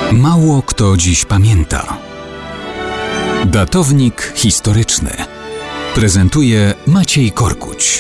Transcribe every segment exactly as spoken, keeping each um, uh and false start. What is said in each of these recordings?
Mało kto dziś pamięta. Datownik historyczny prezentuje Maciej Korkuć.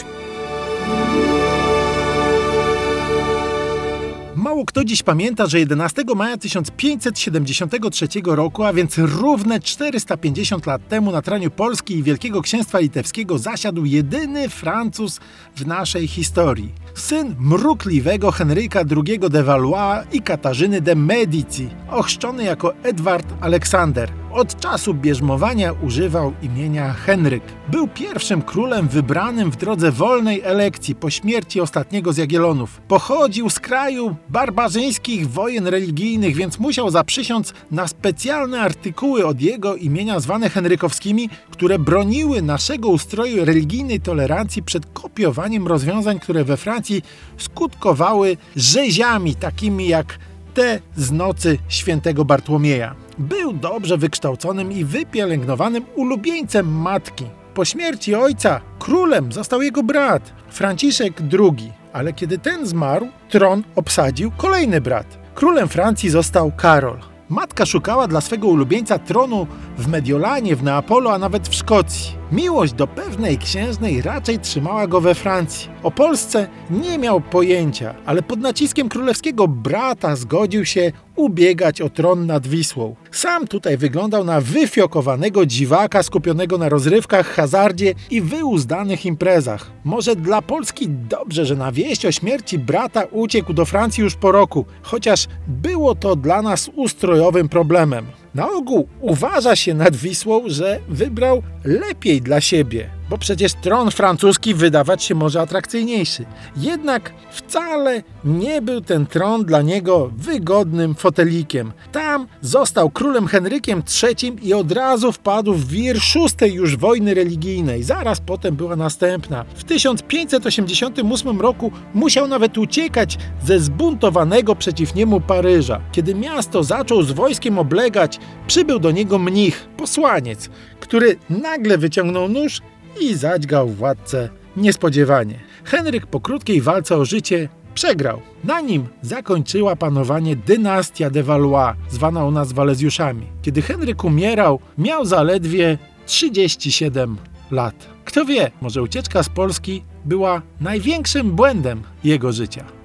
Mało kto dziś pamięta, że jedenastego maja tysiąc pięćset siedemdziesiątego trzeciego roku, a więc równe czterysta pięćdziesiąt lat temu, na terenie Polski i Wielkiego Księstwa Litewskiego zasiadł jedyny Francuz w naszej historii. Syn mrukliwego Henryka drugiego de Valois i Katarzyny de Medici, ochrzczony jako Edward Aleksander. Od czasu bierzmowania używał imienia Henryk. Był pierwszym królem wybranym w drodze wolnej elekcji po śmierci ostatniego z Jagiellonów. Pochodził z kraju barbarzyńskich wojen religijnych, więc musiał zaprzysiąc na specjalne artykuły od jego imienia zwane henrykowskimi, które broniły naszego ustroju religijnej tolerancji przed kopiowaniem rozwiązań, które we Francji skutkowały rzeziami takimi jak te z nocy świętego Bartłomieja. Był dobrze wykształconym i wypielęgnowanym ulubieńcem matki. Po śmierci ojca królem został jego brat, Franciszek drugi, ale kiedy ten zmarł, tron obsadził kolejny brat. Królem Francji został Karol. Matka szukała dla swego ulubieńca tronu w Mediolanie, w Neapolu, a nawet w Szkocji. Miłość do pewnej księżnej raczej trzymała go we Francji. O Polsce nie miał pojęcia, ale pod naciskiem królewskiego brata zgodził się ubiegać o tron nad Wisłą. Sam tutaj wyglądał na wyfiokowanego dziwaka skupionego na rozrywkach, hazardzie i wyuzdanych imprezach. Może dla Polski dobrze, że na wieść o śmierci brata uciekł do Francji już po roku, chociaż było to dla nas ustrojowym problemem. Na ogół uważa się nad Wisłą, że wybrał lepiej dla siebie, bo przecież tron francuski wydawać się może atrakcyjniejszy. Jednak wcale nie był ten tron dla niego wygodnym fotelikiem. Tam został królem Henrykiem trzecim i od razu wpadł w wir szóstej już wojny religijnej. Zaraz potem była następna. W tysiąc pięćset osiemdziesiątym ósmym roku musiał nawet uciekać ze zbuntowanego przeciw niemu Paryża. Kiedy miasto zaczął z wojskiem oblegać, przybył do niego mnich, posłaniec, który nagle wyciągnął nóż i zadźgał władcę niespodziewanie. Henryk po krótkiej walce o życie przegrał. Na nim zakończyła panowanie dynastia de Valois, zwana u nas Walezjuszami. Kiedy Henryk umierał, miał zaledwie trzydzieści siedem lat. Kto wie, może ucieczka z Polski była największym błędem jego życia.